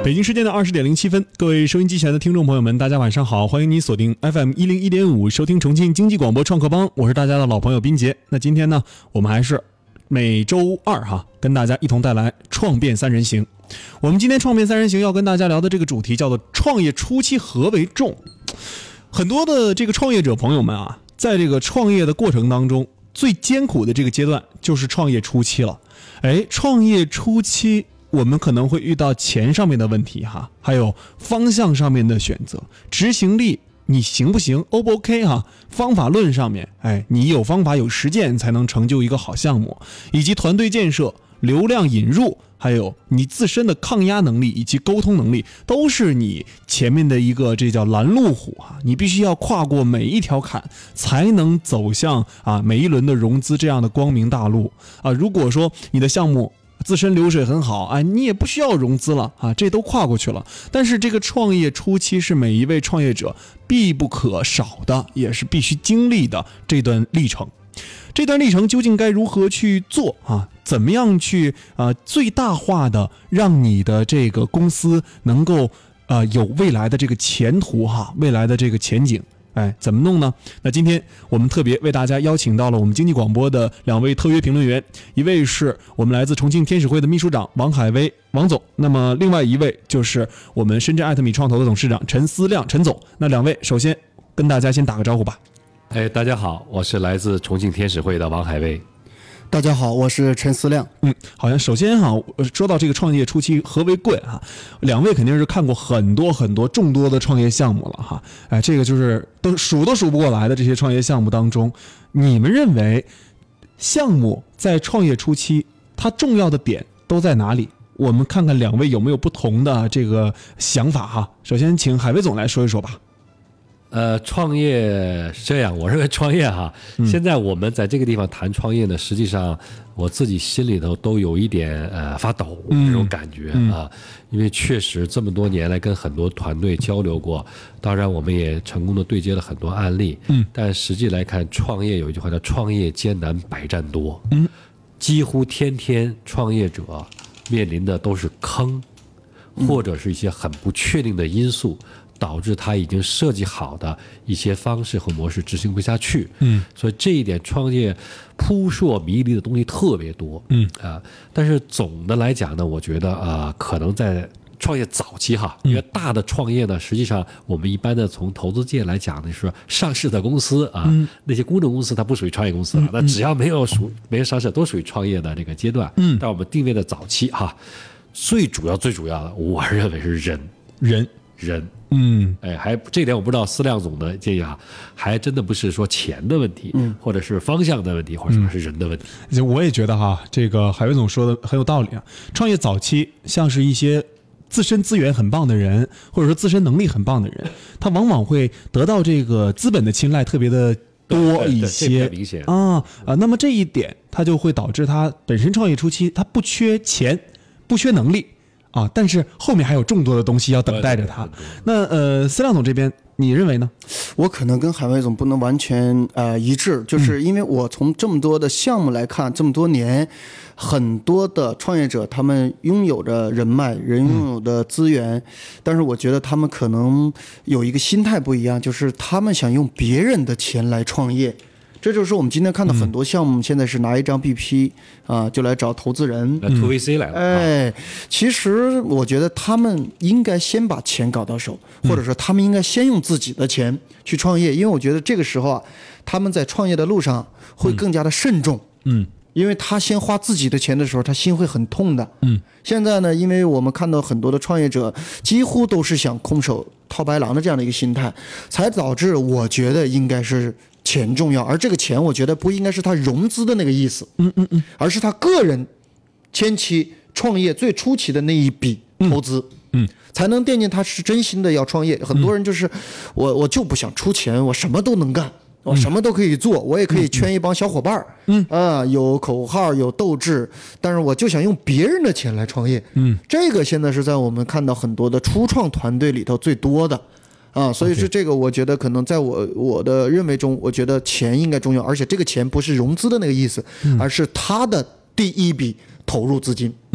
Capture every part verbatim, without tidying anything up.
北京时间的二十点零七分，各位收音机前的听众朋友们，大家晚上好，欢迎你锁定 F M 一零一点五，收听重庆经济广播创客帮，我是大家的老朋友斌杰。那今天呢，我们还是每周二哈，跟大家一同带来创变三人行。我们今天创变三人行要跟大家聊的这个主题叫做创业初期何为重。很多的这个创业者朋友们啊，在这个创业的过程当中，最艰苦的这个阶段就是创业初期了。哎，创业初期我们可能会遇到钱上面的问题哈，还有方向上面的选择，执行力你行不行 O 不 OK 哈，方法论上面，哎，你有方法有实践才能成就一个好项目，以及团队建设、流量引入，还有你自身的抗压能力以及沟通能力，都是你前面的一个这叫拦路虎啊！你必须要跨过每一条坎，才能走向啊每一轮的融资这样的光明大路啊！如果说你的项目自身流水很好，哎，你也不需要融资了啊，这都跨过去了。但是这个创业初期是每一位创业者必不可少的，也是必须经历的这段历程。这段历程究竟该如何去做啊？怎么样去呃最大化的让你的这个公司能够呃有未来的这个前途哈，未来的这个前景？哎，怎么弄呢？那今天我们特别为大家邀请到了我们经济广播的两位特约评论员，一位是我们来自重庆天使会的秘书长王海威王总，那么另外一位就是我们深圳艾特米创投的董事长陈思亮陈总。那两位首先跟大家先打个招呼吧。 哎，大家好，我是来自重庆天使会的王海威。 大家好，我是陈思亮。 嗯，好像首先哈，说到这个创业初期何为贵哈，两位肯定是看过很多很多众多的创业项目了哈。哎，这个就是都数都数不过来的这些创业项目当中，你们认为项目在创业初期它重要的点都在哪里？我们看看两位有没有不同的这个想法哈。首先请海威总来说一说吧。 呃，创业是这样，我认为创业哈，嗯、现在我们在这个地方谈创业呢，实际上我自己心里头都有一点呃发抖这种感觉、嗯、啊，因为确实这么多年来跟很多团队交流过，当然我们也成功的对接了很多案例，嗯，但实际来看，创业有一句话叫创业艰难百战多，嗯，几乎天天创业者面临的都是坑，或者是一些很不确定的因素。导致他已经设计好的一些方式和模式执行不下去，嗯，所以这一点创业扑朔迷离的东西特别多，嗯啊、呃，但是总的来讲呢，我觉得啊、呃，可能在创业早期哈，因为大的创业呢，实际上我们一般的从投资界来讲呢，是上市的公司啊，嗯、那些公证公司它不属于创业公司了，那、嗯、只要没有属没有上市，都属于创业的这个阶段，嗯，但我们定位的早期哈，最主要最主要的，我认为是人人人。 嗯， 哎，还这点我不知道思亮总的建议啊，还真的不是说钱的问题，嗯，或者是方向的问题，或者是人的问题。 嗯、我也觉得哈，这个海威总说的很有道理啊。创业早期，像是一些自身资源很棒的人，或者说自身能力很棒的人，他往往会得到这个资本的青睐特别的多一些， 明显啊啊。那么这一点，他就会导致他本身创业初期他不缺钱，不缺能力。啊，但是后面还有众多的东西要等待着他。那呃，思亮总这边你认为呢？ 我可能跟海威总不能完全呃一致，就是因为我从这么多的项目来看，这么多年，很多的创业者他们拥有着人脉，人拥有的资源，嗯、但是我觉得他们可能有一个心态不一样，就是他们想用别人的钱来创业。这就是我们今天看到很多项目，现在是拿一张 B P 啊、呃，就来找投资人， 来 to V C 来了。 哎，其实我觉得他们应该先把钱搞到手，或者说他们应该先用自己的钱去创业，因为我觉得这个时候啊，他们在创业的路上会更加的慎重。嗯。因为他先花自己的钱的时候，他心会很痛的。嗯。现在呢，因为我们看到很多的创业者几乎都是想空手套白狼的这样的一个心态，才导致我觉得应该是钱重要，而这个钱我觉得不应该是他融资的那个意思，嗯嗯嗯，而是他个人前期创业最初期的那一笔投资，嗯，嗯才能奠定他是真心的要创业。很多人就是、嗯、我我就不想出钱，我什么都能干。我什么都可以做，我也可以圈一帮小伙伴，嗯啊，有口号，有斗志，但是我就想用别人的钱来创业，嗯，这个现在是在我们看到很多的初创团队里头最多的，啊，所以是这个，我觉得可能在我我的认为中，我觉得钱应该重要，而且这个钱不是融资的那个意思，而是他的第一笔投入资金， 嗯。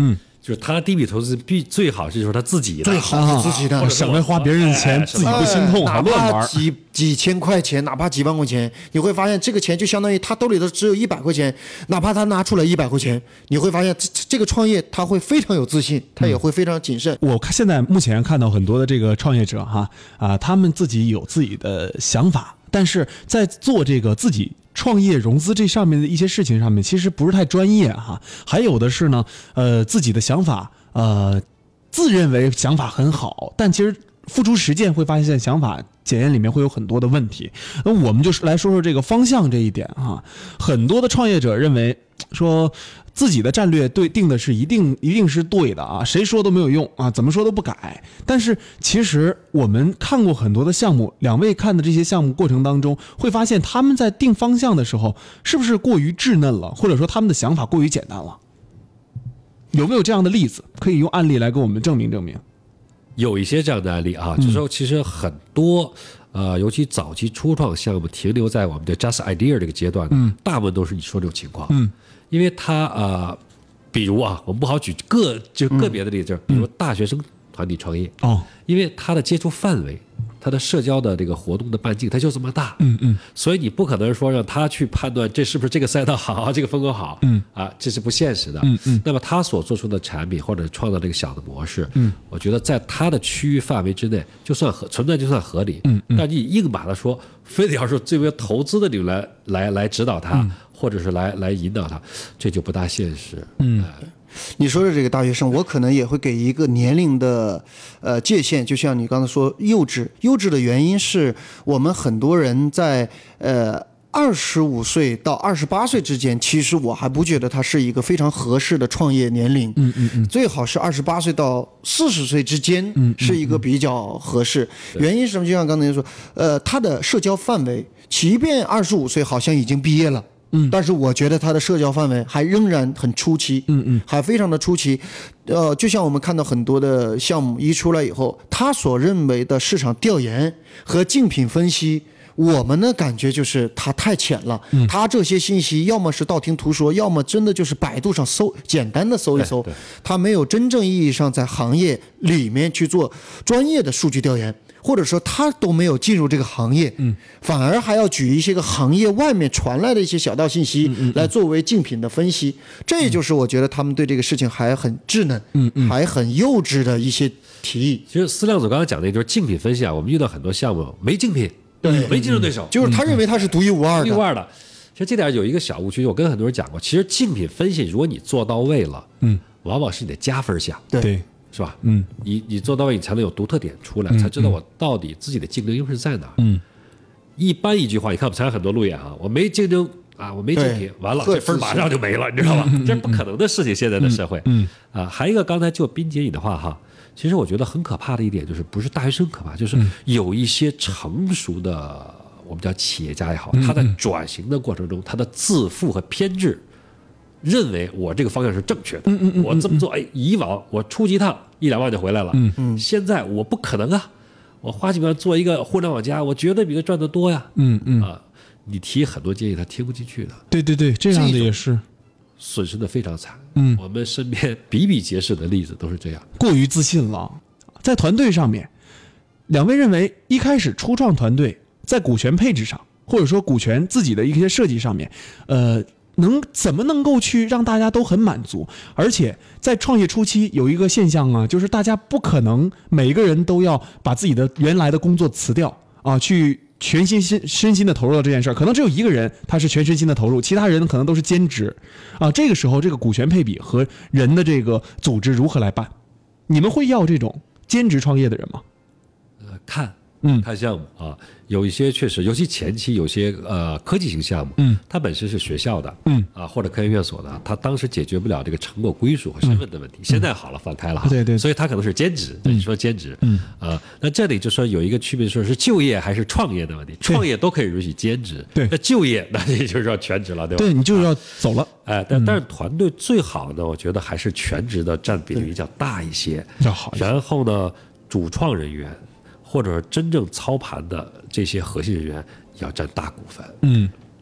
就是他第一笔投资必最好是说他自己的， 最好是自己的， 啊、省得花别人的钱， 哎、 自己不心痛，还、 哎、 乱玩。 几几千块钱，哪怕几万块钱，你会发现这个钱就相当于他兜里头只有一百块钱，哪怕他拿出来一百块钱，你会发现这这个创业他会非常有自信，他也会非常谨慎。 嗯、我看现在目前看到很多的这个创业者哈啊，他们自己有自己的想法，但是在做这个自己创业融资这上面的一些事情上面，其实不是太专业哈。还有的是呢，呃，自己的想法，呃，自认为想法很好，但其实付诸实践会发现想法检验里面会有很多的问题。那我们就是来说说这个方向这一点哈。很多的创业者认为说自己的战略对定的是一定一定是对的啊，谁说都没有用啊，怎么说都不改。但是其实我们看过很多的项目，两位看的这些项目过程当中，会发现他们在定方向的时候，是不是过于稚嫩了，或者说他们的想法过于简单了？有没有这样的例子可以用案例来给我们证明证明？ 有一些这样的案例啊，就是说其实很多呃，尤其早期初创项目停留在我们的 just idea 这个阶段，嗯，大部分都是你说这种情况，嗯，因为它呃，比如啊，我们不好举个就个别的例子，嗯、比如大学生团体创业，哦，因为他的接触范围。他的社交的这个活动的半径，它就这么大，嗯嗯，所以你不可能说让他去判断这是不是这个赛道好，这个风口好，嗯啊，这是不现实的，嗯嗯。那么他所做出的产品或者创造这个小的模式，嗯，我觉得在他的区域范围之内，就算合存在就算合理，嗯嗯。但你硬把他说非得要说最为投资的领域来来来指导他，嗯、或者是来来引导他，这就不大现实，嗯。呃你说的这个大学生，我可能也会给一个年龄的呃界限，就像你刚才说幼稚，幼稚的原因是我们很多人在呃二十五岁到二十八岁之间，其实我还不觉得它是一个非常合适的创业年龄，嗯嗯嗯，最好是二十八岁到四十岁之间是一个比较合适。嗯嗯嗯、原因是什么？就像刚才说，呃，他的社交范围，即便二十五岁好像已经毕业了。嗯，但是我觉得它的社交范围还仍然很初期，嗯嗯，还非常的初期，呃，就像我们看到很多的项目一出来以后，他所认为的市场调研和竞品分析，我们的感觉就是它太浅了，嗯，它这些信息要么是道听途说，要么真的就是百度上搜简单的搜一搜，它没有真正意义上在行业里面去做专业的数据调研。或者说他都没有进入这个行业，嗯，反而还要举一些个行业外面传来的一些小道信息来作为竞品的分析，嗯嗯、这也就是我觉得他们对这个事情还很稚嫩，嗯嗯，还很幼稚的一些提议。 其实思亮总刚才讲的就是竞品分析啊，我们遇到很多项目没竞品，对，没竞争对手， 嗯、就是他认为他是独一无二的， 独一无二的。其实这点有一个小误区，我跟很多人讲过，其实竞品分析如果你做到位了，嗯，往往是你的加分项， 对。 是吧？嗯，你你做到位，你才能有独特点出来，嗯、才知道我到底自己的竞争优势在哪。嗯，一般一句话，你看我们参加很多路演啊，我没竞争啊，我没竞品，完了这分马上就没了，你知道吧？嗯、这是不可能的事情，现在的社会。嗯，嗯啊，还有一个刚才就斌姐你的话哈，其实我觉得很可怕的一点就是，不是大学生可怕，就是有一些成熟的我们叫企业家也好，他在转型的过程中，他的自负和偏执。认为我这个方向是正确的，嗯嗯嗯、我这么做，哎，以往我出几趟一两万就回来了，嗯嗯、现在我不可能啊，我花几万做一个互联网加，我绝对比他赚得多呀，嗯嗯啊，你提很多建议他听不进去的， 对对对，这样的也是损失的非常惨，嗯，我们身边比比皆是的例子都是这样， 过于自信了，在团队上面，两位认为一开始初创团队在股权配置上，或者说股权自己的一些设计上面，呃。能怎么能够去让大家都很满足？而且在创业初期有一个现象啊，就是大家不可能每一个人都要把自己的原来的工作辞掉啊，去全心心身心的投入到这件事儿。可能只有一个人他是全身心的投入，其他人可能都是兼职啊。这个时候，这个股权配比和人的这个组织如何来办？你们会要这种兼职创业的人吗？ 呃，看。嗯，看项目啊，有一些确实，尤其前期有些呃科技型项目，嗯，它本身是学校的，嗯啊或者科研院所的，它当时解决不了这个成果归属和身份的问题，嗯、现在好了，放开了，对对，所以它可能是兼职，嗯、你说兼职，嗯啊，那这里就说有一个区别，说是就业还是创业的问题，创业都可以允许兼职，对，那就业那也就是要全职了，对吧？ 对，你就是要走了， 哎，但但是团队最好呢，我觉得还是全职的占比例较大一些， 要好一些， 然后呢，主创人员。或者真正操盘的这些核心人员要占大股份。嗯，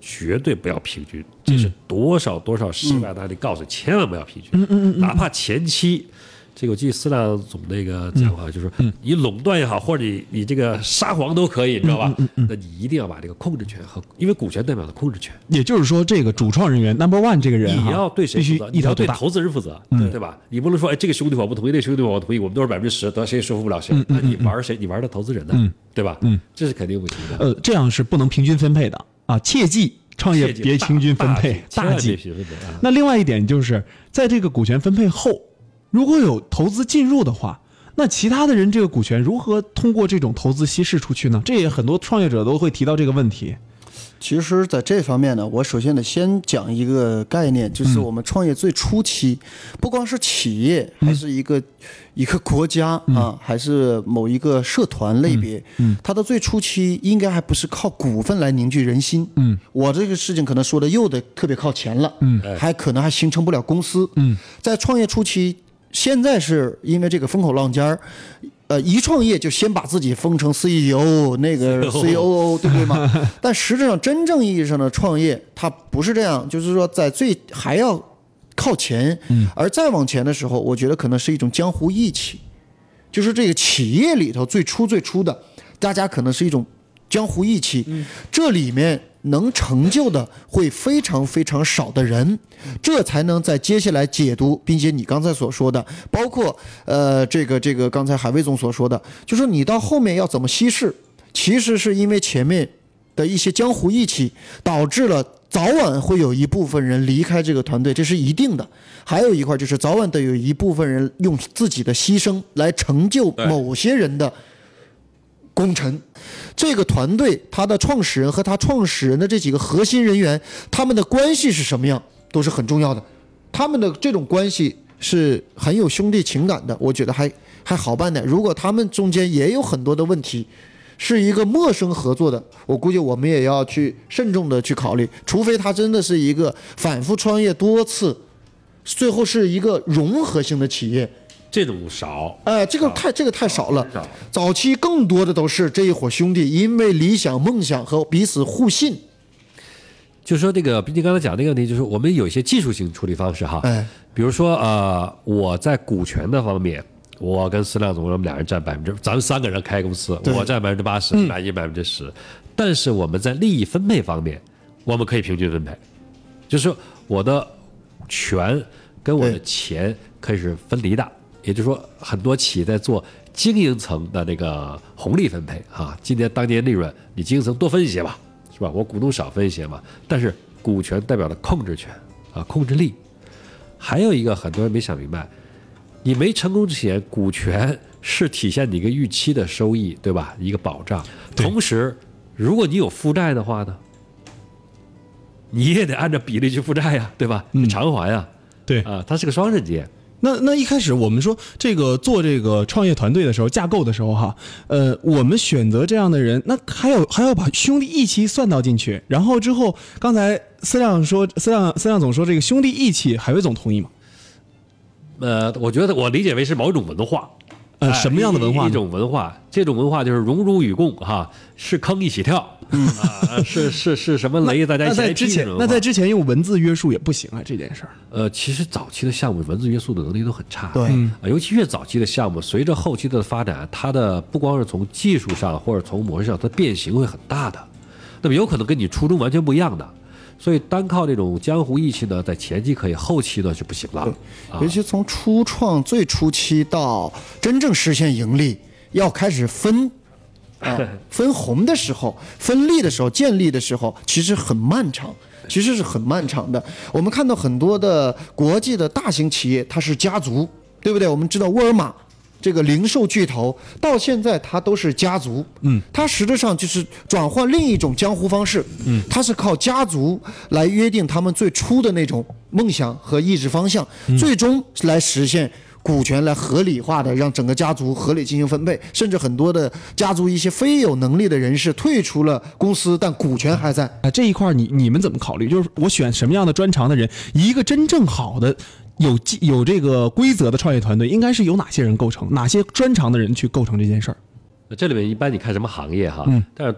绝对不要平均，这是多少多少失败的案例告诉你，千万不要平均，嗯嗯嗯，哪怕前期。这个我记得司亮总那个讲话，就是说你垄断也好，或者你你这个撒谎都可以，你知道吧？那你一定要把这个控制权和，因为股权代表的控制权， 也就是说，这个主创人员 number one 这个人， 你要对谁负责？ 必须一条对投资人负责，对吧？你不能说哎，这个兄弟我不同意，那兄弟我同意，我们都是百分之十，得谁也说服不了谁？那你玩谁？你玩的投资人呢？对吧？嗯，这是肯定不行的。 呃，这样是不能平均分配的啊，切记。创业别平均分配，大忌。那另外一点就是，在这个股权分配后，如果有投资进入的话，那其他的人这个股权如何通过这种投资稀释出去呢？这也很多创业者都会提到这个问题。 其实在这方面呢，我首先得先讲一个概念，就是我们创业最初期，不光是企业，还是一个、嗯、一个国家啊，还是某一个社团类别，嗯，它的最初期应该还不是靠股份来凝聚人心，嗯，我这个事情可能说的又得特别靠前了，嗯，还可能还形成不了公司，嗯，在创业初期，现在是因为这个风口浪尖儿。呃，一创业就先把自己封成 C E O， 那个 C O O， 对不对嘛？但实质上，真正意义上的创业，它不是这样，就是说在最还要靠前，而再往前的时候，我觉得可能是一种江湖义气，就是这个企业里头最初最初的，大家可能是一种江湖义气，嗯、这里面能成就的会非常非常少的人，这才能在接下来解读，并且你刚才所说的，包括呃这个这个刚才海威总所说的，就是你到后面要怎么稀释，其实是因为前面的一些江湖义气，导致了早晚会有一部分人离开这个团队，这是一定的。还有一块就是早晚得有一部分人用自己的牺牲来成就某些人的功臣。这个团队他的创始人和他创始人的这几个核心人员，他们的关系是什么样都是很重要的，他们的这种关系是很有兄弟情感的，我觉得还还好办点。如果他们中间也有很多的问题，是一个陌生合作的，我估计我们也要去慎重的去考虑，除非他真的是一个反复创业多次，最后是一个融合性的企业， 这种少， 哎、呃，这个太这个太少了。早期更多的都是这一伙兄弟，因为理想、梦想和彼此互信。 就是说，这个毕竟刚才讲那个问题，就是我们有一些技术性处理方式哈，哎，比如说呃，我在股权的方面，我跟司亮总我们俩人占百分之，咱们三个人开公司，我占百分之八十，买一百分之十，但是我们在利益分配方面，我们可以平均分配，就是说我的权跟我的钱可以是分离的。也就是说，很多企业在做经营层的那个红利分配啊，今年当年利润你经营层多分一些吧，是吧？我股东少分一些嘛。但是股权代表了控制权啊，控制力。还有一个很多人没想明白，你没成功之前，股权是体现你一个预期的收益，对吧？一个保障。同时，如果你有负债的话呢，你也得按照比例去负债呀，对吧？嗯、偿还呀。 对啊，它是个双刃剑。 那那一开始我们说这个做这个创业团队的时候，架构的时候哈，呃，我们选择这样的人，那还有还要把兄弟义气算到进去，然后之后刚才司亮说，司亮司亮总说这个兄弟义气，海威总同意吗？ 呃，我觉得我理解为是某种文化。 呃，什么样的文化？ 一种文化，这种文化就是荣辱与共哈，是坑一起跳，嗯啊，是是是什么雷大家一起来之前，那在之前用文字约束也不行啊，这件事儿。 呃，其实早期的项目文字约束的能力都很差， 对， 啊，尤其越早期的项目，随着后期的发展，它的不光是从技术上或者从模式上，它变形会很大的，那么有可能跟你初衷完全不一样的。所以单靠这种江湖义气呢，在前期可以，后期呢是不行了。 啊、尤其从初创最初期到真正实现盈利，要开始分啊分红的时候、分利的时候、建立的时候，其实很漫长，其实是很漫长的。我们看到很多的国际的大型企业，它是家族，对不对？我们知道沃尔玛。这个零售巨头到现在它都是家族，嗯，它实质上就是转换另一种江湖方式，嗯，它是靠家族来约定他们最初的那种梦想和意志方向，嗯、最终来实现股权来合理化的让整个家族合理进行分配，甚至很多的家族一些非有能力的人士退出了公司，但股权还在。 啊，这一块你你们怎么考虑？就是我选什么样的专长的人，一个真正好的。有有这个规则的创业团队，应该是由哪些人构成？哪些专长的人去构成这件事儿？ 这里面一般你看什么行业哈？嗯，但是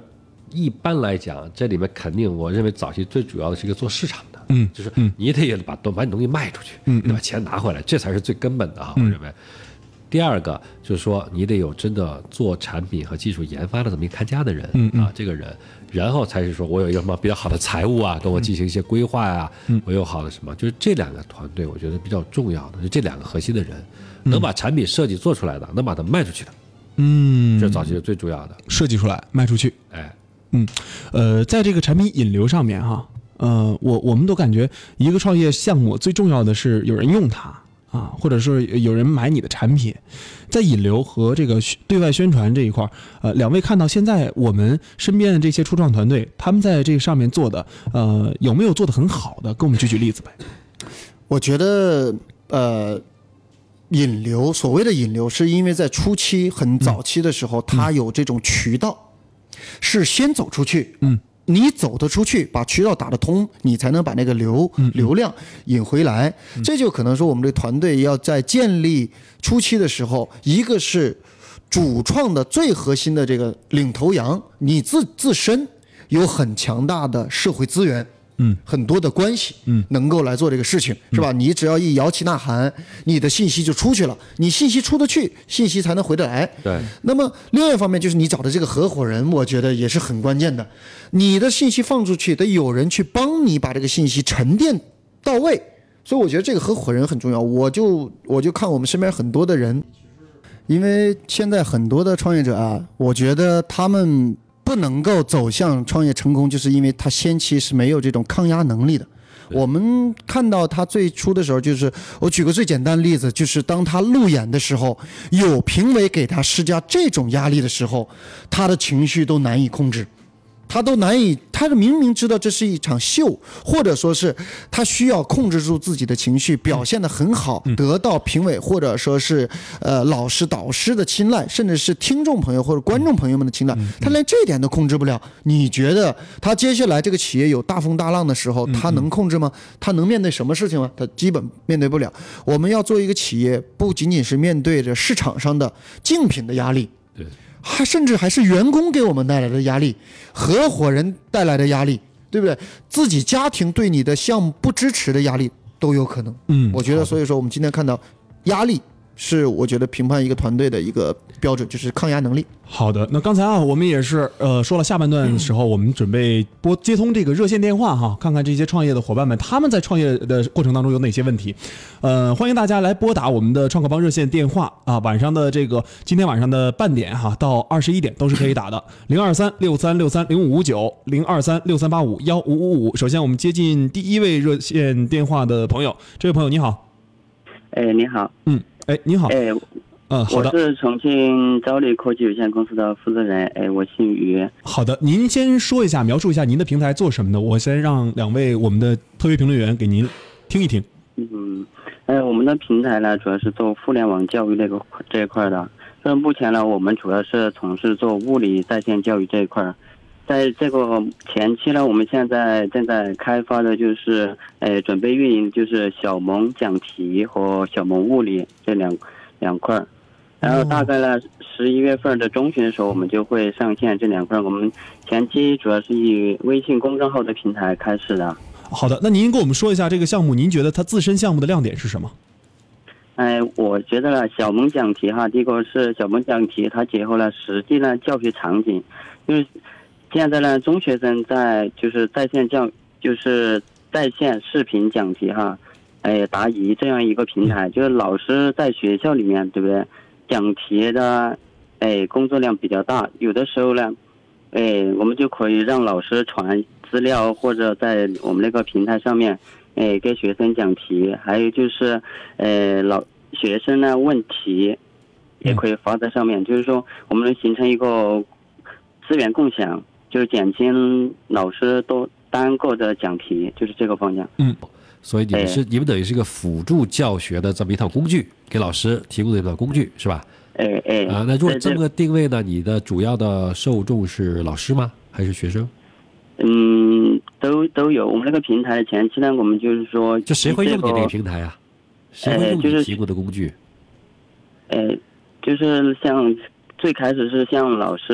一般来讲，这里面肯定我认为早期最主要的是一个做市场的， 嗯， 就是你得把东把你东西卖出去，嗯，对吧？钱拿回来，这才是最根本的啊，我认为。第二个就是说，你得有真的做产品和技术研发的这么一个看家的人，嗯啊，这个人，然后才是说我有一个什么比较好的财务啊，跟我进行一些规划呀、啊，嗯、我有好的什么，就是这两个团队，我觉得比较重要的，就这两个核心的人，能把产品设计做出来的，能把它卖出去的，嗯，这早期是最重要的， 设计出来卖出去， 哎， 嗯，呃，在这个产品引流上面哈，呃，我我们都感觉一个创业项目最重要的是有人用它。啊，或者是有人买你的产品，在引流和这个对外宣传这一块，呃，两位看到现在我们身边的这些初创团队，他们在这个上面做的，呃，有没有做得很好的？给我们举举例子呗。 我觉得，呃，引流，所谓的引流，是因为在初期很早期的时候，嗯、它有这种渠道，是先走出去，嗯。你走得出去，把渠道打得通，你才能把那个流流量引回来。嗯、这就可能说我们这个团队要在建立初期的时候，一个是主创的最核心的这个领头羊，你自自身有很强大的社会资源。嗯，很多的关系，嗯，能够来做这个事情，嗯、是吧？你只要一摇旗呐喊，你的信息就出去了，你信息出得去，信息才能回得来。 对。 那么另外一方面就是你找的这个合伙人，我觉得也是很关键的。你的信息放出去，得有人去帮你把这个信息沉淀到位。所以我觉得这个合伙人很重要。我就我就看我们身边很多的人，因为现在很多的创业者啊，我觉得他们不能够走向创业成功，就是因为他先期是没有这种抗压能力的。我们看到他最初的时候，就是我举个最简单的例子，就是当他路演的时候，有评委给他施加这种压力的时候，他的情绪都难以控制。他都难以，他明明知道这是一场秀，或者说是他需要控制住自己的情绪，表现得很好，嗯、得到评委或者说是呃老师导师的青睐，甚至是听众朋友或者观众朋友们的青睐，嗯、他连这一点都控制不了。你觉得他接下来这个企业有大风大浪的时候，他能控制吗？他能面对什么事情吗？他基本面对不了。我们要做一个企业，不仅仅是面对着市场上的竞品的压力， 对。 还甚至还是员工给我们带来的压力，合伙人带来的压力，对不对？自己家庭对你的项目不支持的压力都有可能。嗯，我觉得，所以说我们今天看到压力是我觉得评判一个团队的一个标准，就是抗压能力。 好的，那刚才啊，我们也是呃说了下半段的时候，我们准备拨接通这个热线电话哈，看看这些创业的伙伴们他们在创业的过程当中有哪些问题。呃，欢迎大家来拨打我们的创客帮热线电话啊，晚上的这个今天晚上的半点哈到二十一点都是可以打的，零二三六三六三零五五九，零二三六三八五幺五五五。首先我们接近第一位热线电话的朋友，这位朋友你好。 哎，你好。 嗯，哎，你好。 哎。 嗯，好的。 我是重庆招力科技有限公司的负责人，哎，我姓于。 好的，您先说一下，描述一下您的平台做什么的，我先让两位我们的特约评论员给您听一听。 嗯，哎，我们的平台呢，主要是做互联网教育那个这一块的。那目前呢，我们主要是从事做物理在线教育这一块。在这个前期呢，我们现在正在开发的就是，哎，准备运营就是小萌讲题和小萌物理这两两块。然后大概呢，十一月份的中旬的时候，我们就会上线这两块。我们前期主要是以微信公众号的平台开始的。 好的，那您跟我们说一下这个项目，您觉得它自身项目的亮点是什么？ 哎，我觉得呢，小萌讲题哈，第一个是小萌讲题，它结合了实际呢教学场景，就是现在呢，中学生在就是在线教，就是在线视频讲题哈，哎，答疑这样一个平台，就是老师在学校里面，对不对？讲题的，哎，工作量比较大，有的时候呢，哎，我们就可以让老师传资料，或者在我们那个平台上面，哎，给学生讲题。还有就是，呃，老学生呢问题，也可以发在上面。嗯、就是说，我们能形成一个资源共享，就是减轻老师都单个的讲题，就是这个方向。 嗯。所以你们是、哎、你们等于是一个辅助教学的这么一套工具，给老师提供的一套工具，是吧？ 哎哎啊，那如果这么个定位呢，你的主要的受众是老师吗？还是学生？ 嗯，都都有。我们那个平台前期呢，我们就是说， 就谁会用你这个平台啊？谁会用你提供的工具？ 哎，就是像最开始是像老师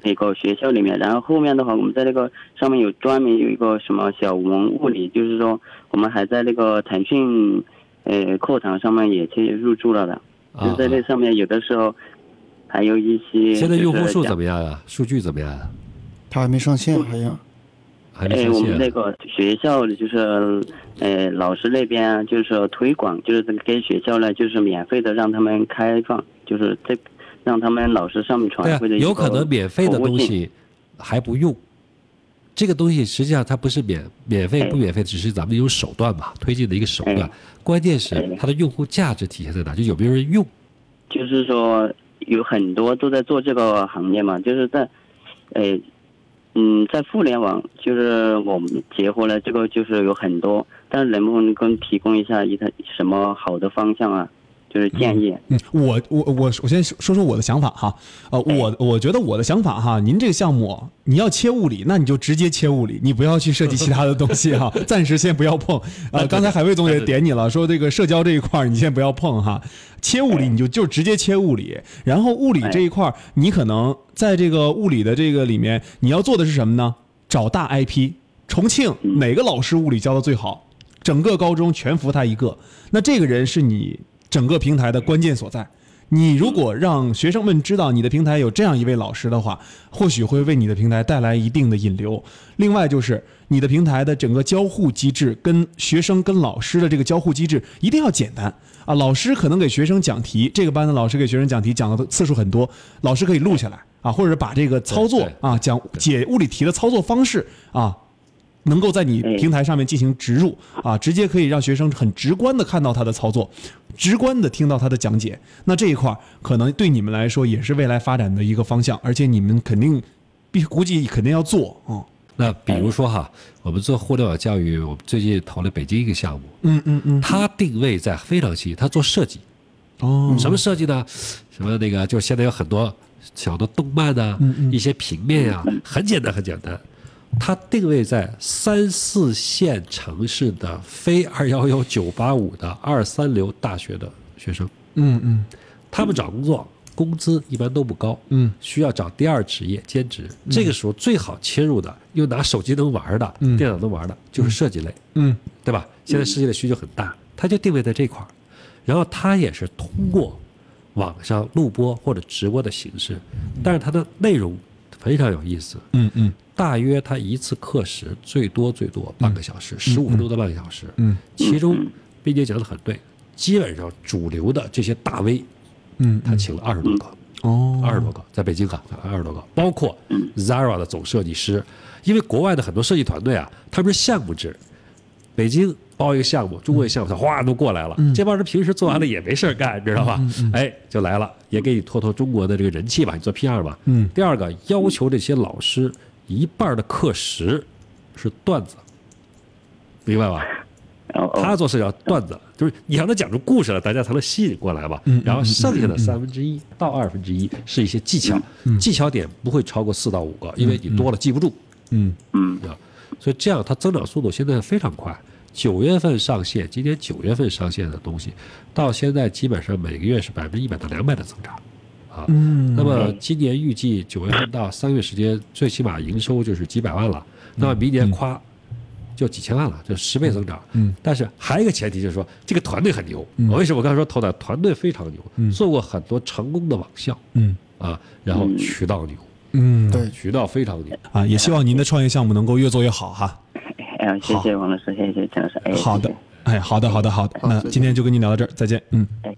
那个学校里面，然后后面的话，我们在那个上面有专门有一个什么小文物理，就是说我们还在那个腾讯呃课堂上面也去入驻了的， 啊、 就在那上面有的时候还有一些。 现在用户数怎么样啊？数据怎么样啊？ 他还没上线，好像。 哎， 还没上线。 我们那个学校的就是，呃，老师那边啊就是说推广，就是给学校呢，就是免费的让他们开放，就是这让他们老师上传。 对啊或者， 有可能免费的东西还不用。这个东西实际上它不是免免费不免费，只是咱们一种手段嘛，推进的一个手段。关键是它的用户价值体现在哪？就有没有人用？ 就是说有很多都在做这个行业嘛，就是在，呃。嗯，在互联网就是我们结合了这个，就是有很多，但是能不能跟提供一下一个什么好的方向啊？就是建议。 嗯，我我我我先说说我的想法哈，呃，我我觉得我的想法哈，您这个项目你要切物理，那你就直接切物理，你不要去涉及其他的东西哈，暂时先不要碰。呃，刚才海卫总也点你了，说这个社交这一块你先不要碰哈，切物理你就就直接切物理，然后物理这一块你可能在这个物理的这个里面，你要做的是什么呢？找大 I P， 重庆哪个老师物理教的最好，整个高中全服他一个，那这个人是你整个平台的关键所在。你如果让学生们知道你的平台有这样一位老师的话，或许会为你的平台带来一定的引流。另外就是你的平台的整个交互机制跟学生跟老师的这个交互机制一定要简单啊。老师可能给学生讲题，这个班的老师给学生讲题讲的次数很多，老师可以录下来啊，或者把这个操作啊讲解物理题的操作方式啊，能够在你平台上面进行植入啊，直接可以让学生很直观的看到他的操作，直观的听到他的讲解。那这一块可能对你们来说也是未来发展的一个方向，而且你们肯定必估计肯定要做啊、嗯。 那比如说哈，我们做互联网教育，我们最近投了北京一个项目， 嗯嗯嗯， 它定位在非常细，它做设计。哦，什么设计呢？什么那个，就现在有很多小的动漫啊，嗯嗯一些平面啊，很简单很简单。它定位在三四线城市的非二幺幺九八五的二三流大学的学生， 嗯嗯， 他们找工作工资一般都不高， 嗯， 需要找第二职业兼职，嗯、这个时候最好切入的，又拿手机能玩的，嗯、电脑能玩的，就是设计类， 嗯， 对吧？现在设计类需求很大，它就定位在这块儿，然后它也是通过网上录播或者直播的形式，但是它的内容非常有意思， 嗯嗯。 大约他一次课时最多最多半个小时，十五分钟到半个小时。 嗯， 其中并且讲得很对，基本上主流的这些大 V， 嗯，他请了二十多个，哦，二十多个，在北京啊，二十多个，包括 Zara 的总设计师，因为国外的很多设计团队啊，他们是项目制，北京包一个项目，中国一个项目，他哗都过来了，这帮人平时做完了也没事干，你知道吧？哎，就来了，也给你拖拖中国的这个人气吧，你做 P R 吧。嗯，第二个要求这些老师。一半的课时是段子，明白吧？他做是叫段子，就是你让他讲出故事了，大家才能吸引过来嘛。然后剩下的三分之一到二分之一是一些技巧，技巧点不会超过四到五个，因为你多了记不住。嗯嗯啊，所以这样它增长速度现在非常快。九月份上线，今年九月份上线的东西，到现在基本上每个月是百分之一百到两百的增长。啊，那么今年预计九月份到三月时间，最起码营收就是几百万了。那么明年夸就几千万了，就十倍增长。嗯，但是还有一个前提就是说，这个团队很牛。嗯，为什么我刚才说投的团队非常牛？嗯，做过很多成功的网校。嗯，啊，然后渠道牛。 嗯， 对，渠道非常牛。 啊，也希望您的创业项目能够越做越好哈。 哎，谢谢王老师，谢谢陈老师。哎， 好的，哎，好的，好的，好的。那今天就跟您聊到这儿，再见。嗯。